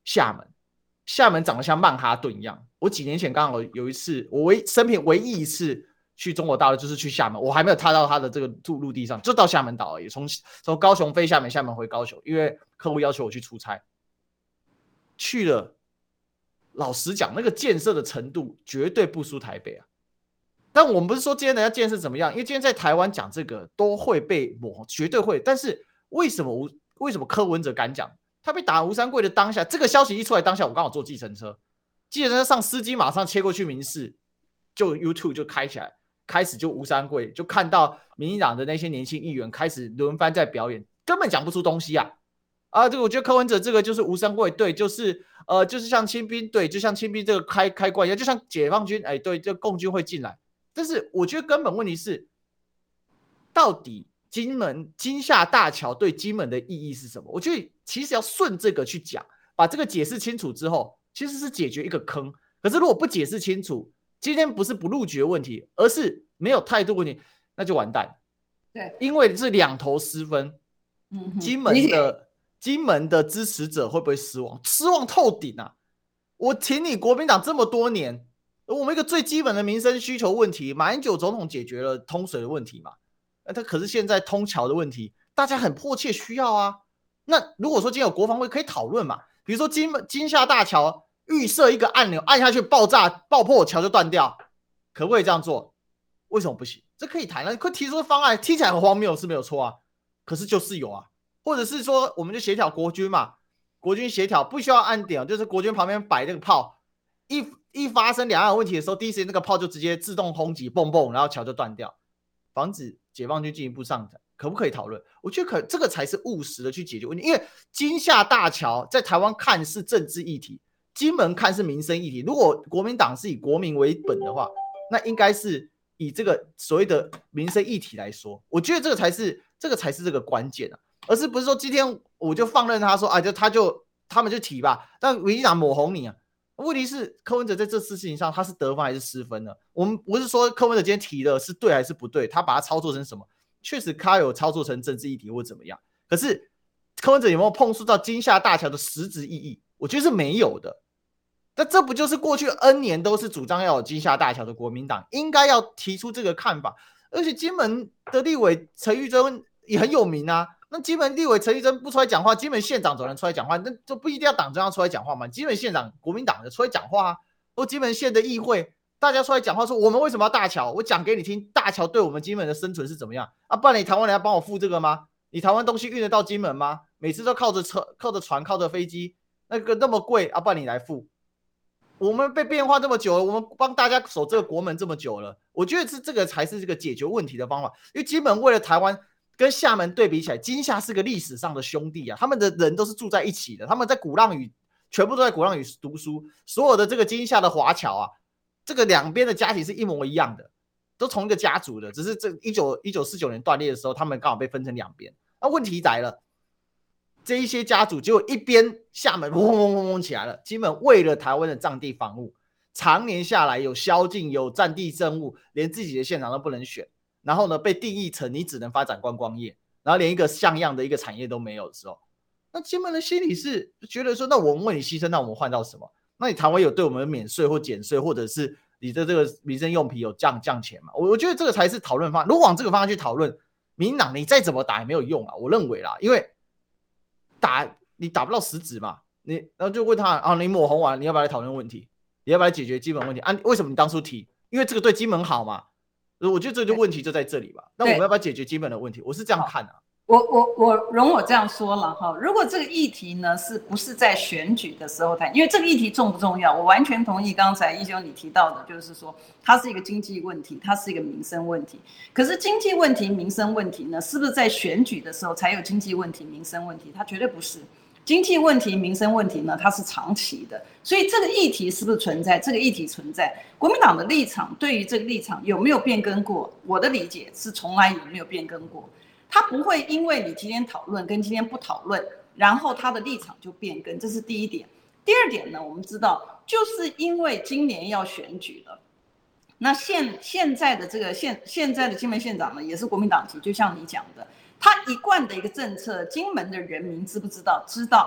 S1: 厦门长得像曼哈顿一样。我几年前刚好有一次，我生平唯一一次去中国大陆就是去厦门，我还没有踏到它的这个陆地上，就到厦门岛而已。从高雄飞厦门，厦门回高雄，因为客户要求我去出差，去了。老实讲，那个建设的程度绝对不输台北啊。但我们不是说今天人家建设怎么样，因为今天在台湾讲这个都会被抹红，绝对会。但是为什么柯文哲敢讲？他被打吴三桂的当下，这个消息一出来当下，我刚好坐计程车上司机马上切过去民视，就 YouTube 就开起来，开始就吴三桂，就看到民进党的那些年轻议员开始轮番在表演，根本讲不出东西啊！这个我觉得柯文哲这个就是吴三桂，对，就是像清兵，对，就像清兵这个开关一样，就像解放军，对，这共军会进来。但是我觉得根本问题是，到底金厦大桥对金门的意义是什么？我觉得其实要顺这个去讲，把这个解释清楚之后，其实是解决一个坑。可是如果不解释清楚，今天不是不入局的问题，而是没有态度问题，那就完蛋。
S2: 对，
S1: 因为是两头失分。金门的支持者会不会失望？失望透顶啊！我挺你国民党这么多年，我们一个最基本的民生需求问题，马英九总统解决了通水的问题嘛？他可是现在通桥的问题，大家很迫切需要啊。那如果说今天有国防会可以讨论嘛？比如说金厦大桥预设一个按钮，按下去爆炸爆破，桥就断掉，可不可以这样做？为什么不行？这可以谈了，可提出的方案听起来很荒谬是没有错啊，可是就是有啊。或者是说我们就协调国军嘛，国军协调不需要按点，就是国军旁边摆那个炮，一发生两岸问题的时候，第一时间那个炮就直接自动轰击，蹦蹦，然后桥就断掉，防止解放军进一步上台，可不可以讨论？我觉得这个才是务实的去解决问题，因为金厦大桥在台湾看是政治议题，金门看是民生议题。如果国民党是以国民为本的话，那应该是以这个所谓的民生议题来说，我觉得这个才是这个关键啊，而是不是说今天我就放任他说啊，他们就提吧，但民进党抹红你啊。问题是柯文哲在这次事情上他是得分还是失分呢？我们不是说柯文哲今天提的是对还是不对，他把它操作成什么？确实他有操作成政治议题或怎么样，可是柯文哲有没有碰触到金厦大桥的实质意义？我觉得是没有的。那这不就是过去 N 年都是主张要有金厦大桥的国民党应该要提出这个看法？而且金门的立委陈玉珍也很有名啊。那金门立委陈玉珍不出来讲话，金门县长总能出来讲话，那就不一定要党中央出来讲话嘛。金门县长国民党的出来讲话啊，或金门县的议会大家出来讲话，说我们为什么要大桥？我讲给你听，大桥对我们金门的生存是怎么样啊？不然你台湾人要帮我付这个吗？你台湾东西运得到金门吗？每次都靠着车、靠着船、靠着飞机，那么贵啊，不然你来付。我们被变化这么久了，我们帮大家守这个国门这么久了，我觉得是这个才是这个解决问题的方法。因为金门为了台湾跟厦门对比起来，金厦是个历史上的兄弟啊，他们的人都是住在一起的，他们在鼓浪屿全部都在鼓浪屿读书，所有的这个金厦的华侨啊，这个两边的家庭是一模一样的，都同一个家族的，只是这1949年断裂的时候，他们刚好被分成两边。那问题来了。这一些家族就一边厦门轰轰轰轰起来了，金门为了台湾的战地防务，常年下来有宵禁，有战地政务，连自己的县长都不能选，然后呢被定义成你只能发展观光业，然后连一个像样的一个产业都没有的时候，那金门的心里是觉得说，那我们为你牺牲，那我们换到什么？那你台湾有对我们免税或减税，或者是你的这个民生用品有降钱嘛？我觉得这个才是讨论方案。如果往这个方向去讨论，民党你再怎么打也没有用啊，我认为啦，因为你打不到实质嘛，然后就问他啊，你抹红完，你要不要来讨论问题？你要不要来解决基本问题啊？为什么你当初提？因为这个对金门好嘛。我觉得这个问题就在这里吧。那我们要不要解决基本的问题？我是这样看的、啊。
S2: 我容我这样说了哈，如果这个议题呢是不是在选举的时候谈？因为这个议题重不重要？我完全同意刚才一休你提到的，就是说它是一个经济问题，它是一个民生问题。可是经济问题、民生问题呢，是不是在选举的时候才有经济问题、民生问题？它绝对不是。经济问题、民生问题呢，它是长期的，所以这个议题是不是存在？这个议题存在，国民党的立场对于这个立场有没有变更过？我的理解是从来也没有变更过。他不会因为你今天讨论跟今天不讨论，然后他的立场就变更，这是第一点。第二点呢，我们知道，就是因为今年要选举了，那现在的这个现在的金门县长呢，也是国民党籍，就像你讲的，他一贯的一个政策，金门的人民知不知道？知道。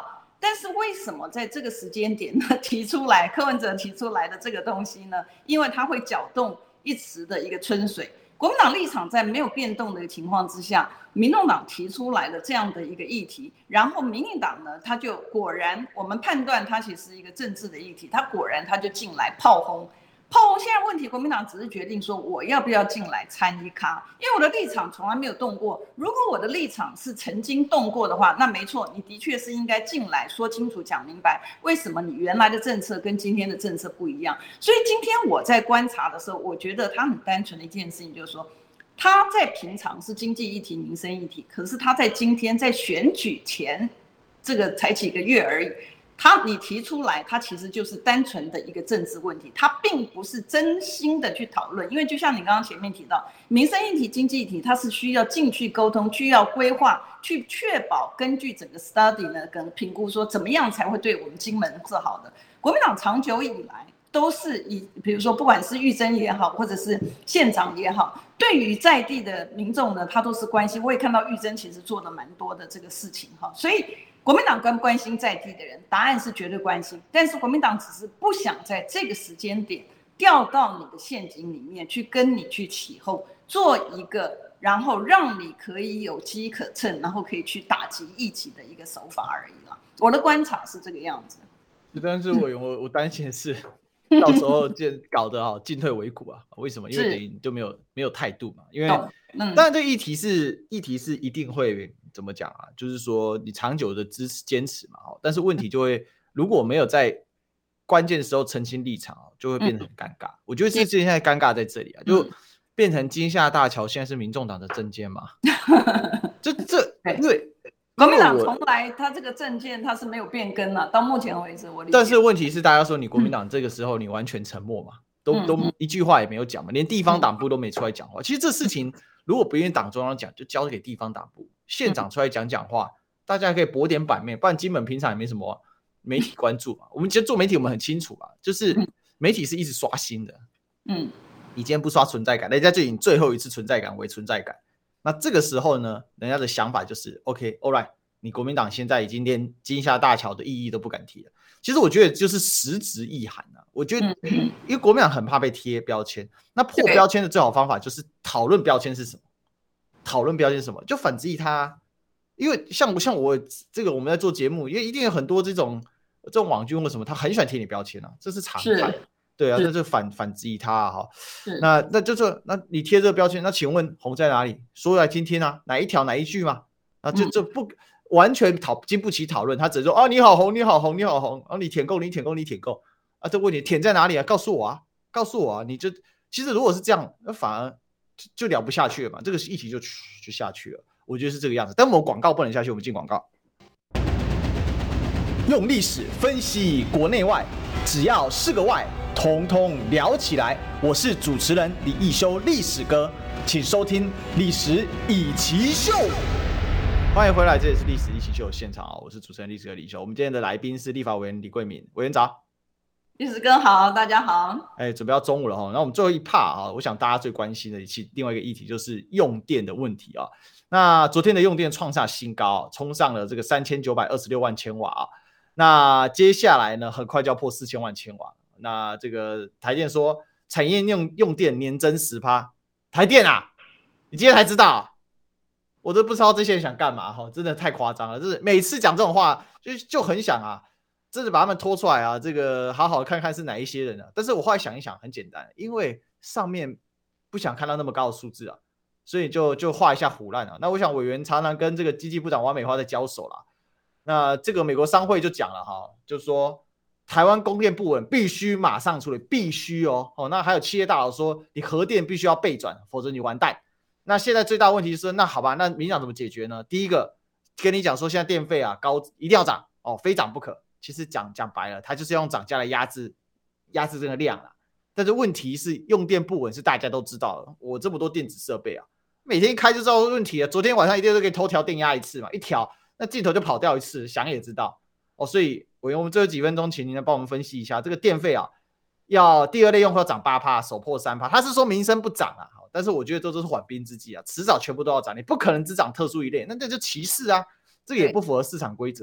S2: 但是为什么在这个时间点呢提出来，柯文哲提出来的这个东西呢？因为它会搅动一时的一个春水。国民党立场在没有变动的情况之下，民众党提出来了这样的一个议题，然后民进党呢，他就果然我们判断它其实是一个政治的议题，他果然他就进来炮轰。现在问题，国民党只是决定说我要不要进来参一咖，因为我的立场从来没有动过。如果我的立场是曾经动过的话，那没错，你的确是应该进来说清楚、讲明白，为什么你原来的政策跟今天的政策不一样。所以今天我在观察的时候，我觉得他很单纯的一件事情，就是说他在平常是经济议题、民生议题，可是他在今天在选举前这个才几个月而已。你提出来，它其实就是单纯的一个政治问题，它并不是真心的去讨论。因为就像你刚刚前面提到，民生议题、经济议题，它是需要进去沟通，需要规划，去确保根据整个 study 呢跟评估说怎么样才会对我们金门是好的。国民党长久以来都是比如说不管是玉珍也好，或者是县长也好，对于在地的民众呢，他都是关心。我也看到玉珍其实做了蛮多的这个事情哈，所以国民党关不关心在地的人？答案是绝对关心，但是国民党只是不想在这个时间点掉到你的陷阱里面去，跟你去起哄，做一个然后让你可以有机可乘，然后可以去打击异己的一个手法而已啦。我的观察是这个样子。
S1: 但是我担心的是，到时候就搞得进退维谷啊？为什么？因为等于你就没有态度嘛。因为当然这个议题是一定会。怎么讲啊？就是说你长久的坚持嘛，但是问题就会如果没有在关键的时候澄清立场，就会变得很尴尬。我觉得是现在尴尬在这里啊，就变成金厦大桥现在是民众党的政见嘛。对，
S2: 国民党从来他这个政见他是没有变更啊，到目前为止我理解。
S1: 但是问题是大家说你国民党这个时候你完全沉默嘛，都一句话也没有讲嘛，连地方党部都没出来讲话。其实这事情如果不愿意党中央讲，就交给地方党部。县长出来讲话，大家可以博点版面，不然金门平常也没什么媒体关注嘛。我们其实做媒体，我们很清楚嘛，就是媒体是一直刷新的。你今天不刷存在感，人家就以最后一次存在感为存在感。那这个时候呢，人家的想法就是 OK， all right， 你国民党现在已经连金厦大桥的意义都不敢提了。其实我觉得就是实质意涵啊。我觉得，因为国民党很怕被贴标签，那破标签的最好方法就是讨论标签是什么。讨论标签是什么，就反质疑他。因为像我这个我们在做节目，因为一定有很多这种网军或什么，他很喜欢贴你标签啊，这是常态。对啊，那就反质疑他啊。那就是那你贴这个标签，那请问红在哪里？说来听听啊，哪一条哪一句嘛？啊，就不完全经不起讨论，他只是说啊你好红你好红你好红，啊你舔够你舔够你舔够啊，这问题舔在哪里啊？告诉我啊，你就其实如果是这样，那反而。就聊不下去了嘛，这个议题就下去了，我觉得是这个样子。但我们广告不能下去，我们进广告。用历史分析国内外，只要是个外，统统聊起来。我是主持人李义修，历史哥，请收听《历史一起秀》。欢迎回来，这里是《历史一起秀》现场啊，我是主持人历史哥李修。我们今天的来宾是立法委员李桂敏委员长。
S2: 历史哥好，大家好。
S1: 准备要中午了哈，那我们最后一 part 我想大家最关心的另外一个议题就是用电的问题啊。那昨天的用电创下新高，冲上了这个3926万千瓦啊。那接下来呢，很快就要破4000万千瓦。那这个台电说产业用电年增10%，台电啊，你今天才知道啊？我都不知道这些人想干嘛哈，真的太夸张了。就是每次讲这种话就很想啊。真的把他们拖出来啊，这个好好看看是哪一些人啊。但是我后来想一想，很简单，因为上面不想看到那么高的数字啊，所以就画一下唬烂啊。那我想委员常常跟这个经济部长王美花在交手啦。那这个美国商会就讲了哈，就说台湾供电不稳，必须马上处理，必须哦。那还有企业大佬说，你核电必须要备转，否则你完蛋。那现在最大的问题是，那好吧，那民进党怎么解决呢？第一个跟你讲说，现在电费啊高，一定要涨哦，非涨不可。其实讲白了，它就是要用涨价来压制这个量啦。但是问题是用电不稳是大家都知道的。我这么多电子设备啊，每天一开就知道问题了。昨天晚上一定都可以偷调电压一次嘛，一调那镜头就跑掉一次，想也知道哦。所以我们最后几分钟，请您来帮我们分析一下这个电费啊，要第二类用户要涨 8%， 首破 3%。他是说民生不涨啊，但是我觉得这都是缓兵之计啊，迟早全部都要涨，你不可能只涨特殊一类，那这就歧视啊，这个也不符合市场规则啊。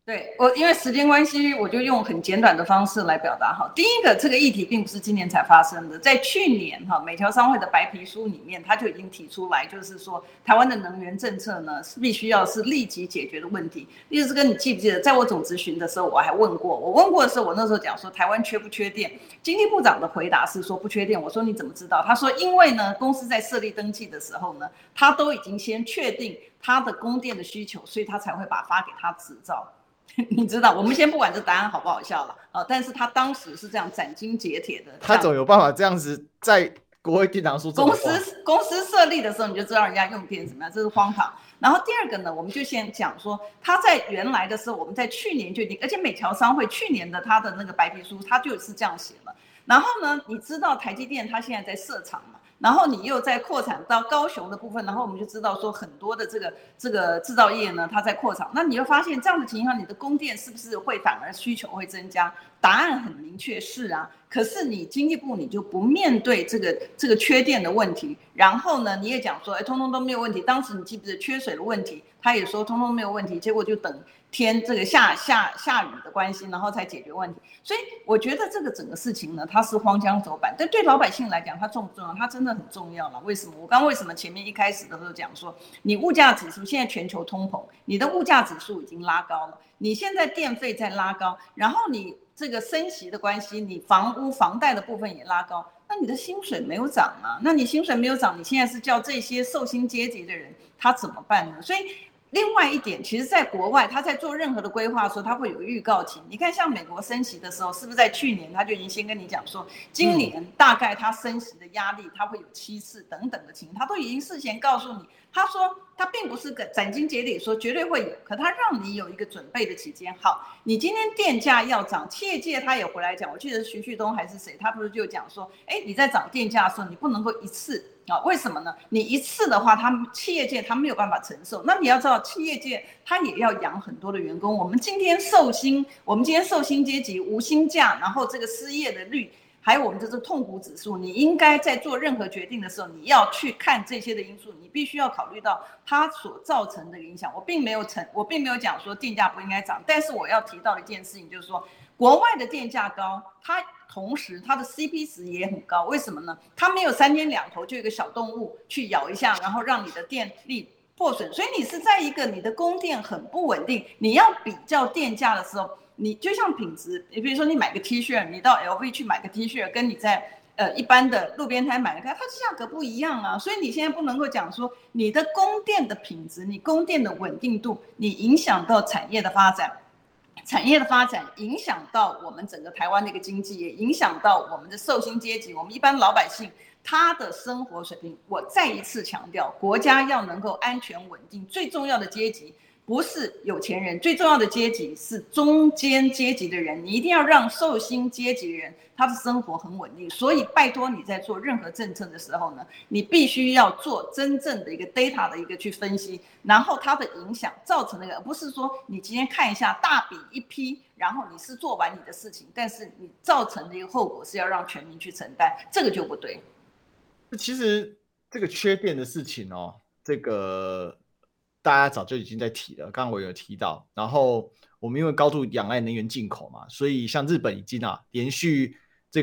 S2: 对，我因为时间关系，我就用很简短的方式来表达哈。第一个，这个议题并不是今年才发生的，在去年哈美侨商会的白皮书里面，他就已经提出来，就是说台湾的能源政策呢是必须要是立即解决的问题。例如，你记不记得，在我总质询的时候，我还问过，的时候，我那时候讲说台湾缺不缺电，经济部长的回答是说不缺电。我说你怎么知道？他说因为呢，公司在设立登记的时候呢，他都已经先确定他的供电的需求，所以他才会把发给他执照。你知道，我们先不管这答案好不好笑了，但是他当时是这样斩钉截铁的。
S1: 他总有办法这样子在国会殿堂说这种话。
S2: 公司设立的时候，你就知道人家用电怎么样，这是荒唐。然后第二个呢，我们就先讲说，他在原来的时候，我们在去年就已经，而且美侨商会去年的他的那个白皮书，他就是这样写了。然后呢，你知道台积电他现在在设厂嘛？然后你又在扩产到高雄的部分，然后我们就知道说很多的这个制造业呢，它在扩厂，那你又发现这样的情况，你的供电是不是会反而需求会增加？答案很明确，是啊。可是你经济部你就不面对这个缺电的问题，然后呢，你也讲说，通通都没有问题。当时你记不记得缺水的问题，他也说通通没有问题，结果就等天这个下雨的关系，然后才解决问题。所以我觉得这个整个事情呢，它是荒腔走板，但对老百姓来讲，它重不重要？它真的很重要了。为什么？我刚为什么前面一开始的时候讲说，你物价指数现在全球通膨，你的物价指数已经拉高了，你现在电费在拉高，然后你这个升息的关系，你房贷的部分也拉高，那你的薪水没有涨啊？那你薪水没有涨，你现在是叫这些受薪阶级的人他怎么办呢？所以另外一点，其实在国外他在做任何的规划的时候，他会有预告期。你看像美国升息的时候，是不是在去年他就已经先跟你讲说，今年大概他升息的压力他会有7次等等的情况，他都已经事先告诉你。他说他并不是斩钉截铁说绝对会有，可他让你有一个准备的期间。好，你今天电价要涨，企业界他也回来讲，我记得徐旭东还是谁，他不是就讲说，你在涨电价的时候，你不能够一次啊？为什么呢？你一次的话，企业界他没有办法承受。那你要知道，企业界他也要养很多的员工。我们今天受薪阶级无薪假，然后这个失业的率。还有我们这个痛苦指数，你应该在做任何决定的时候，你要去看这些的因素，你必须要考虑到它所造成的影响。我并没有讲说电价不应该涨，但是我要提到的一件事情就是说，国外的电价高，它同时它的 CP 值也很高，为什么呢？它没有3天2头就有一个小动物去咬一下，然后让你的电力破损，所以你是在一个你的供电很不稳定，你要比较电价的时候。你就像品质，你比如说你买个 T 恤，你到 LV 去买个 T 恤，跟你在一般的路边摊买个，它价格不一样啊。所以你现在不能够讲说你的供电的品质，你供电的稳定度，你影响到产业的发展，影响到我们整个台湾的一个经济，也影响到我们的受薪阶级，我们一般老百姓他的生活水平。我再一次强调，国家要能够安全稳定，最重要的阶级。不是有钱人，最重要的阶级是中间阶级的人，你一定要让受薪阶级的人他的生活很稳定。所以拜托你在做任何政策的时候呢，你必须要做真正的一个 data 的一个去分析，然后它的影响造成那个，而不是说你今天看一下大笔一批，然后你是做完你的事情，但是你造成的一个后果是要让全民去承担，这个就不对。
S1: 其实这个缺电的事情哦，这个大家早就已经在提了，刚刚我有提到。然后我们因为高度仰赖能源进口嘛，所以像日本已经连续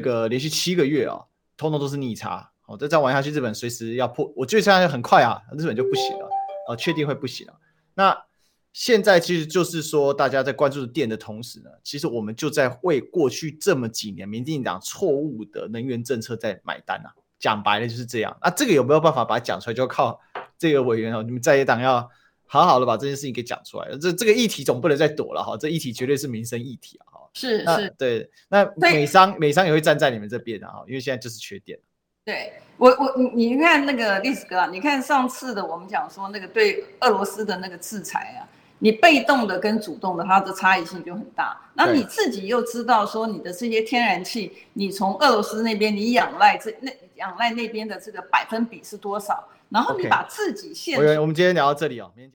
S1: 7个月通通都是逆差。再这样玩下去，日本随时要破，我觉得现在很快日本就不行了，确定会不行了。那现在其实就是说，大家在关注电的同时呢，其实我们就在为过去这么几年民进党错误的能源政策在买单讲白了就是这样。那这个有没有办法把它讲出来，就要靠这个委员你们在野党要好好的把这件事情给讲出来。这个议题总不能再躲了这议题绝对是民生议题
S2: 是，
S1: 对。那美商也会站在你们这边因为现在就是缺电。
S2: 对，你看那个历史哥你看上次的我们讲说那个对俄罗斯的那个制裁你被动的跟主动的它的差异性就很大。那你自己又知道说你的这些天然气，你从俄罗斯那边你仰赖那边的这个百分比是多少，然后你把自己限制。
S1: 我们今天聊到这里